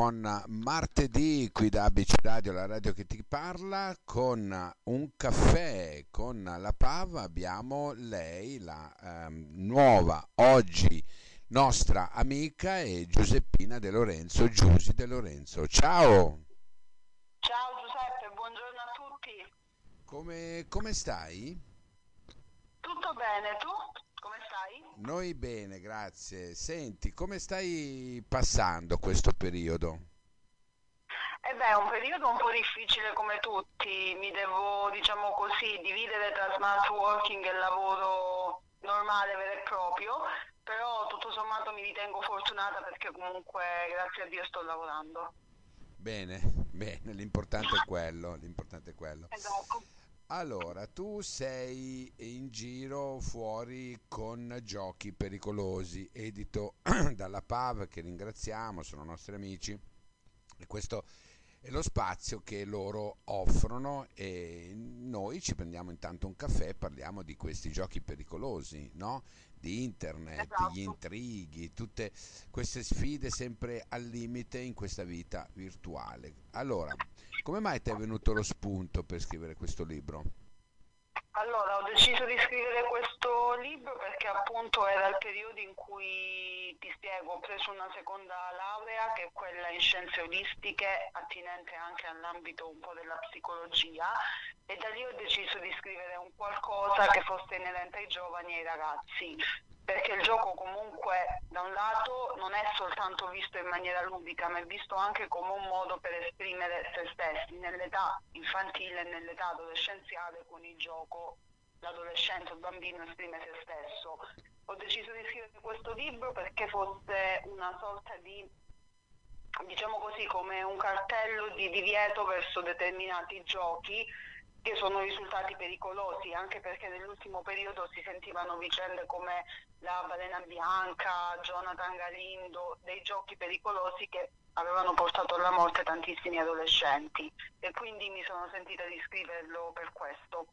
buon martedì qui da ABC Radio, la radio che ti parla, con un caffè con la Pav. Abbiamo lei, la nuova, oggi nostra amica, è Giuseppina De Lorenzo, Giusy De Lorenzo. Ciao! Ciao Giuseppe, buongiorno a tutti. Come stai? Tutto bene, tu? Come stai? Noi bene, grazie. Senti, come stai passando questo periodo? È un periodo un po' difficile come tutti, mi devo, diciamo così, dividere tra smart working e lavoro normale, vero e proprio, però tutto sommato mi ritengo fortunata perché comunque, grazie a Dio, sto lavorando. Bene, bene, l'importante è quello, l'importante è quello. Esatto. Allora, tu sei in giro fuori con giochi pericolosi, edito dalla PAV, che ringraziamo, sono nostri amici, e questo è lo spazio che loro offrono e noi ci prendiamo intanto un caffè e parliamo di questi giochi pericolosi, no? Di internet, gli Esatto. intrighi, tutte queste sfide sempre al limite in questa vita virtuale. Allora, come mai ti è venuto lo spunto per scrivere questo libro? Allora, ho deciso di scrivere questo libro perché appunto era il periodo in cui, ti spiego, ho preso una seconda laurea che è quella in scienze olistiche, attinente anche all'ambito un po' della psicologia, e da lì ho deciso di scrivere un qualcosa che fosse inerente ai giovani e ai ragazzi, perché il gioco comunque da un lato non è soltanto visto in maniera ludica, ma è visto anche come un modo per esprimere se stessi nell'età infantile e nell'età adolescenziale. Con il gioco l'adolescente o il bambino esprime se stesso. Ho deciso di scrivere questo libro perché fosse una sorta di, diciamo così, come un cartello di divieto verso determinati giochi che sono risultati pericolosi, anche perché nell'ultimo periodo si sentivano vicende come la balena bianca, Jonathan Galindo, dei giochi pericolosi che avevano portato alla morte tantissimi adolescenti, e quindi mi sono sentita di scriverlo per questo.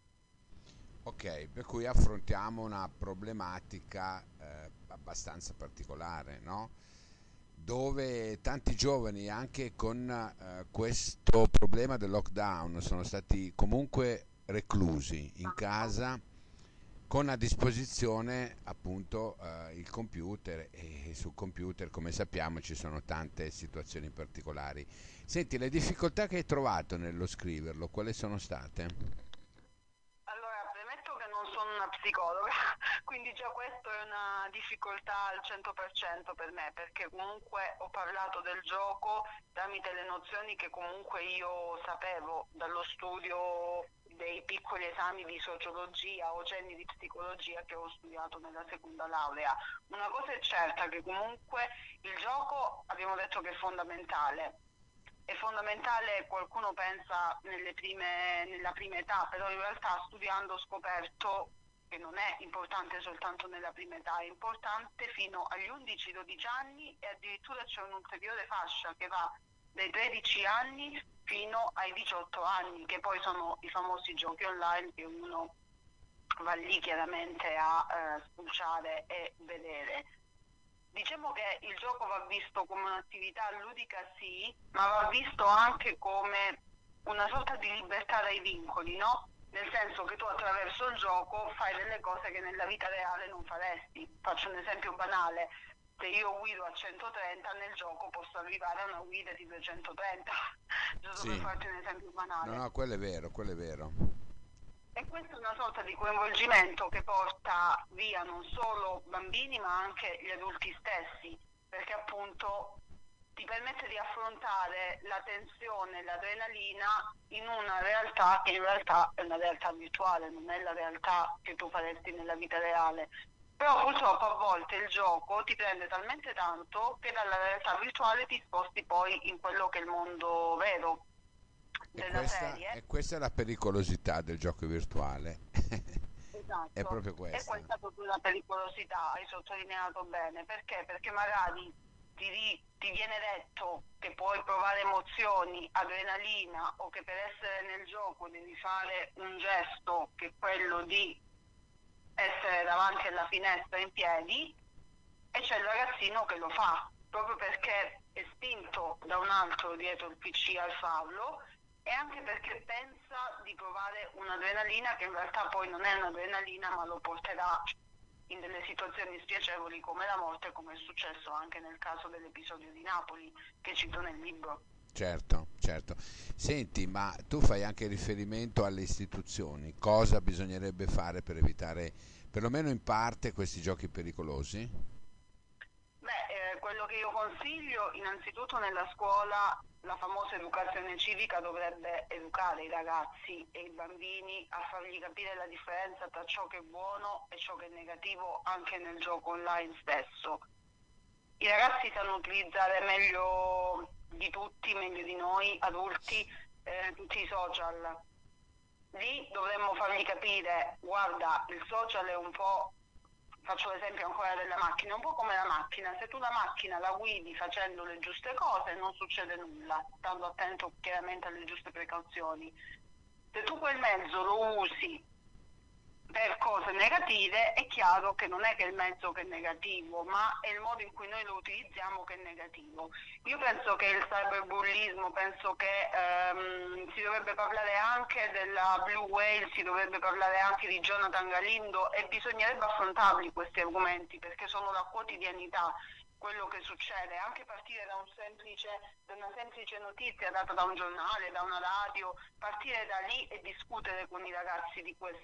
Ok, per cui affrontiamo una problematica abbastanza particolare, no? Dove tanti giovani, anche con questo problema del lockdown, sono stati comunque reclusi in casa con a disposizione appunto il computer, e sul computer, come sappiamo, ci sono tante situazioni particolari. Senti, le difficoltà che hai trovato nello scriverlo, quali sono state? Allora, premetto che non sono una psicologa, quindi già questo è una difficoltà al 100% per me, perché comunque ho parlato del gioco tramite le nozioni che comunque io sapevo dallo studio dei piccoli esami di sociologia o cenni di psicologia che ho studiato nella seconda laurea. Una cosa è certa, che comunque il gioco abbiamo detto che è fondamentale. È fondamentale, qualcuno pensa nella prima età, però in realtà studiando ho scoperto che non è importante soltanto nella prima età, è importante fino agli 11-12 anni, e addirittura c'è un'ulteriore fascia che va dai 13 anni fino ai 18 anni, che poi sono i famosi giochi online che uno va lì chiaramente a spulciare e vedere. Diciamo che il gioco va visto come un'attività ludica, sì, ma va visto anche come una sorta di libertà dai vincoli, no? Nel senso che tu attraverso il gioco fai delle cose che nella vita reale non faresti. Faccio un esempio banale: se io guido a 130 nel gioco posso arrivare a una guida di 230, giusto per Sì, farti un esempio no, banale. no, quello è vero, quello è vero. E questa è una sorta di coinvolgimento che porta via non solo bambini ma anche gli adulti stessi, perché appunto ti permette di affrontare la tensione e l'adrenalina in una realtà che in realtà è una realtà virtuale, non è la realtà che tu faresti nella vita reale. Però purtroppo a volte il gioco ti prende talmente tanto che dalla realtà virtuale ti sposti poi in quello che è il mondo vero E della questa, serie. e questa è la pericolosità del gioco virtuale. È Esatto, proprio e questa. questa è proprio la pericolosità, hai sottolineato bene. Perché? Perché magari ti viene detto che puoi provare emozioni, adrenalina, o che per essere nel gioco devi fare un gesto che è quello di essere davanti alla finestra in piedi, e c'è il ragazzino che lo fa, proprio perché è spinto da un altro dietro il PC al farlo, e anche perché pensa di provare un'adrenalina che in realtà poi non è un'adrenalina, ma lo porterà in delle situazioni spiacevoli come la morte, come è successo anche nel caso dell'episodio di Napoli che cito nel libro. Certo, certo. Senti, ma tu fai anche riferimento alle istituzioni. Cosa bisognerebbe fare per evitare, perlomeno in parte, questi giochi pericolosi? Beh, quello che io consiglio, innanzitutto nella scuola, la famosa educazione civica dovrebbe educare i ragazzi e i bambini a fargli capire la differenza tra ciò che è buono e ciò che è negativo anche nel gioco online stesso. I ragazzi sanno utilizzare meglio di tutti, meglio di noi adulti, tutti i social. Lì dovremmo fargli capire, guarda, il social è un po', faccio l'esempio ancora della macchina, un po' come la macchina, se tu la macchina la guidi facendo le giuste cose non succede nulla, stando attento chiaramente alle giuste precauzioni. Se tu quel mezzo lo usi per cose negative, è chiaro che non è che il mezzo che è negativo, ma è il modo in cui noi lo utilizziamo che è negativo. Io penso che il cyberbullismo, penso che si dovrebbe parlare anche della Blue Whale, si dovrebbe parlare anche di Jonathan Galindo, e bisognerebbe affrontarli questi argomenti perché sono la quotidianità, quello che succede, anche partire da una semplice notizia data da un giornale, da una radio, partire da lì e discutere con i ragazzi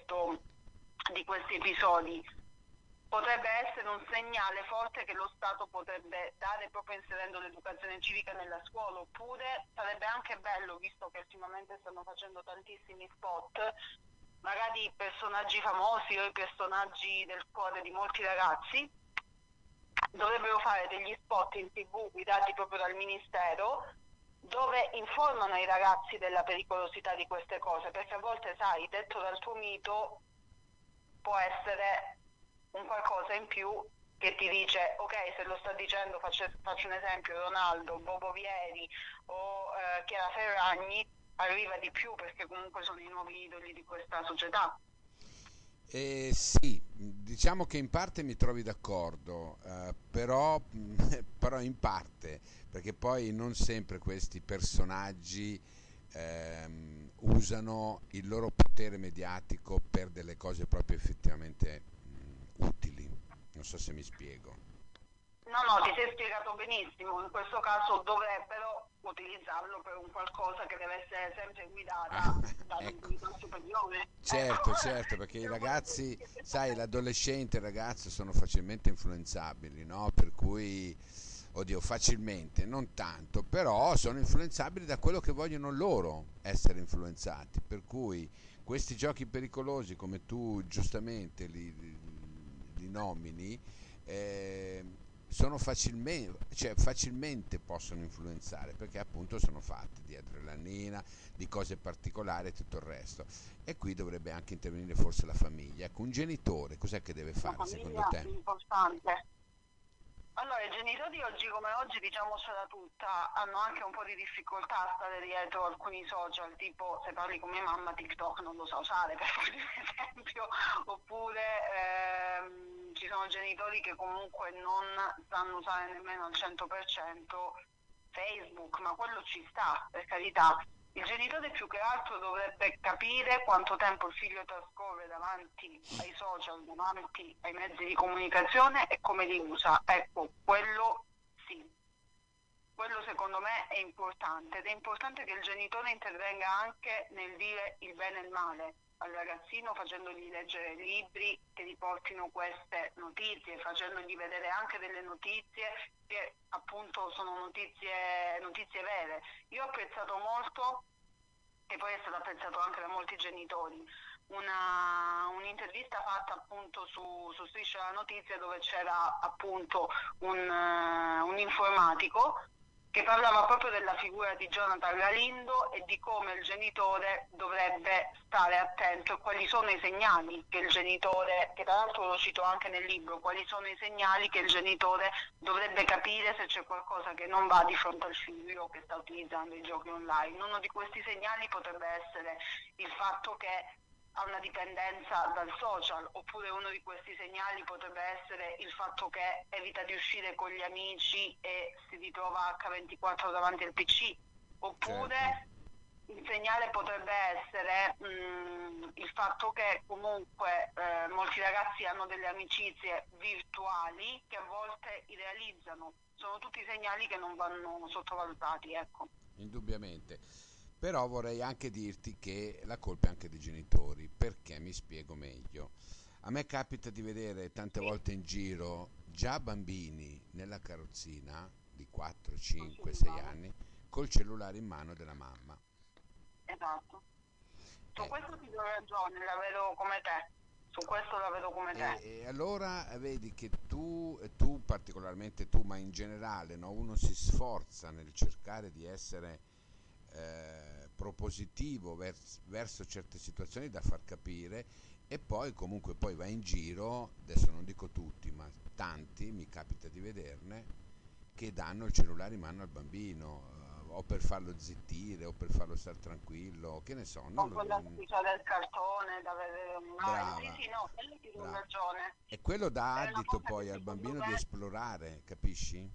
di questi episodi. Potrebbe essere un segnale forte che lo Stato potrebbe dare proprio inserendo l'educazione civica nella scuola, oppure sarebbe anche bello, visto che ultimamente stanno facendo tantissimi spot, magari personaggi famosi o i personaggi del cuore di molti ragazzi dovrebbero fare degli spot in TV guidati proprio dal Ministero, dove informano i ragazzi della pericolosità di queste cose, perché a volte, sai, detto dal tuo mito, può essere un qualcosa in più che ti dice, ok, se lo sta dicendo, faccio un esempio, Ronaldo, Bobo Vieri o Chiara Ferragni, arriva di più perché comunque sono i nuovi idoli di questa società. Sì, diciamo che in parte mi trovi d'accordo, però, però in parte, perché poi non sempre questi personaggi usano il loro potere mediatico per delle cose proprio effettivamente utili. Non so se mi spiego. No, no, ti sei spiegato benissimo, in questo caso dovrebbero utilizzarlo per un qualcosa che deve essere sempre Ah, guidata ecco. dall'autorità superiore. Ecco. Certo, certo, perché i ragazzi, sai, l'adolescente e il ragazzo sono facilmente influenzabili, no? Per cui, oddio, facilmente, non tanto, però sono influenzabili da quello che vogliono loro essere influenzati. Per cui questi giochi pericolosi, come tu giustamente li nomini, eh, sono facilmente, cioè facilmente possono influenzare perché appunto sono fatti di adrenalina, di cose particolari e tutto il resto. E qui dovrebbe anche intervenire forse la famiglia. Ecco, un genitore cos'è che deve La fare secondo famiglia è te? importante. Allora, i genitori oggi come oggi, diciamocela tutta, hanno anche un po' di difficoltà a stare dietro alcuni social, tipo se parli con mia mamma TikTok non lo sa usare, per fare un esempio, oppure ci sono genitori che comunque non sanno usare nemmeno al 100% Facebook, ma quello ci sta, per carità. Il genitore più che altro dovrebbe capire quanto tempo il figlio trascorre davanti ai social, davanti ai mezzi di comunicazione e come li usa. Ecco, quello sì. Quello secondo me è importante, ed è importante che il genitore intervenga anche nel dire il bene e il male al ragazzino, facendogli leggere libri che riportino queste notizie, facendogli vedere anche delle notizie che appunto sono notizie vere. Io ho apprezzato molto, e poi è stato apprezzato anche da molti genitori, un'intervista fatta appunto su Striscia la Notizia, dove c'era appunto un informatico che parlava proprio della figura di Jonathan Galindo e di come il genitore dovrebbe stare attento e quali sono i segnali che il genitore, che tra l'altro lo cito anche nel libro, quali sono i segnali che il genitore dovrebbe capire se c'è qualcosa che non va di fronte al figlio che sta utilizzando i giochi online. Uno di questi segnali potrebbe essere il fatto che ha una dipendenza dal social, oppure uno di questi segnali potrebbe essere il fatto che evita di uscire con gli amici e si ritrova H24 davanti al PC, certo. oppure il segnale potrebbe essere il fatto che comunque molti ragazzi hanno delle amicizie virtuali che a volte idealizzano. Sono tutti segnali che non vanno sottovalutati, ecco. Indubbiamente. Però vorrei anche dirti che la colpa è anche dei genitori, perché mi spiego meglio. A me capita di vedere tante Sì, volte in giro già bambini nella carrozzina di 4, 5, 6 assolutamente. anni col cellulare in mano della mamma. Esatto. Su Eh, questo ti do ragione, la vedo come te. Su questo la vedo come te. e allora vedi che tu, particolarmente tu, ma in generale, no, uno si sforza nel cercare di essere propositivo verso certe situazioni da far capire e poi comunque poi va in giro, adesso non dico tutti, ma tanti, mi capita di vederne, che danno il cellulare in mano al bambino, o per farlo zittire o per farlo stare tranquillo, che ne so, non Con lo, quella specie del cartone da vedere online. Sì, brava, sì, no, quello ti do brava. ragione. E quello dà È una adito cosa che poi al secondo bambino di me. esplorare, capisci?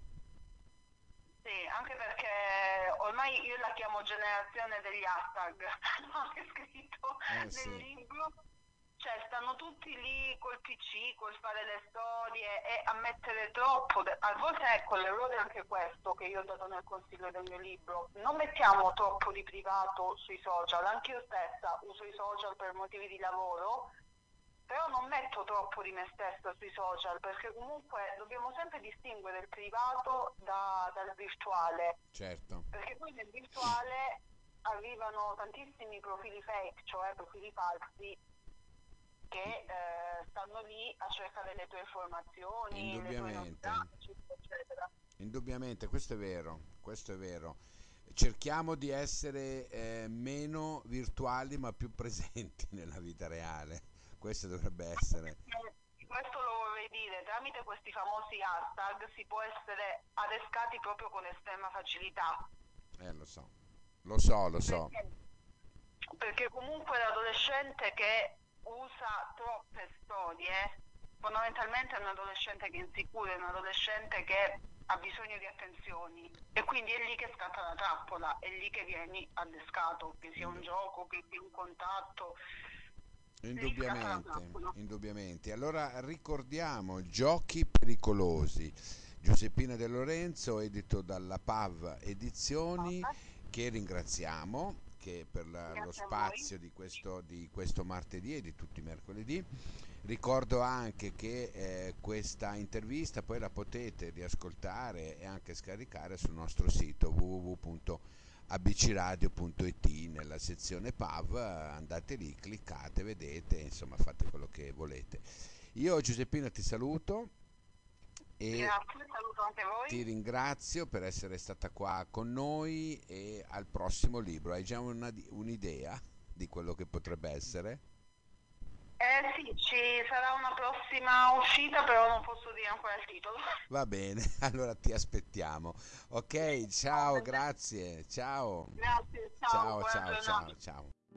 Sì, anche perché ormai io la chiamo generazione degli hashtag, l'ho anche scritto Eh nel sì, libro, cioè stanno tutti lì col PC, col fare le storie e a mettere troppo, a volte ecco l'errore è anche questo che io ho dato nel consiglio del mio libro, non mettiamo troppo di privato sui social, anche io stessa uso i social per motivi di lavoro, però non metto troppo di me stessa sui social perché comunque dobbiamo sempre distinguere il privato dal virtuale, certo. perché poi nel virtuale arrivano tantissimi profili fake, cioè profili falsi I- che stanno lì a cercare le tue informazioni, le tue Indubbiamente, novità, eccetera, eccetera. indubbiamente, questo è vero, questo è vero. Cerchiamo di essere meno virtuali ma più presenti nella vita reale. Questo dovrebbe essere. Questo lo vorrei dire, tramite questi famosi hashtag si può essere adescati proprio con estrema facilità. Lo so, lo so, lo so. Perché? Perché comunque l'adolescente che usa troppe storie, fondamentalmente è un adolescente che è insicuro, è un adolescente che ha bisogno di attenzioni e quindi è lì che scatta la trappola, è lì che vieni adescato, che sia un Indu- gioco, che sia un contatto, lì scatta la Indubbiamente, trappola. indubbiamente. Allora ricordiamo Giochi pericolosi. Giuseppina De Lorenzo, edito dalla PAV Edizioni, Vabbè, che ringraziamo che per lo grazie a voi. spazio di questo martedì e di tutti i mercoledì. Ricordo anche che questa intervista poi la potete riascoltare e anche scaricare sul nostro sito www.abcradio.it nella sezione PAV, andate lì, cliccate, vedete, insomma fate quello che volete. Io Giuseppina ti saluto e Grazie, saluto anche ti voi. ringrazio per essere stata qua con noi e al prossimo libro. Hai già un'idea di quello che potrebbe essere? Sì, ci sarà una prossima uscita, però non posso dire ancora il titolo. Va bene, allora ti aspettiamo. Ok, Va ciao, bene. grazie. Ciao. Grazie, ciao, Ciao, buona ciao, ciao, giornata. ciao.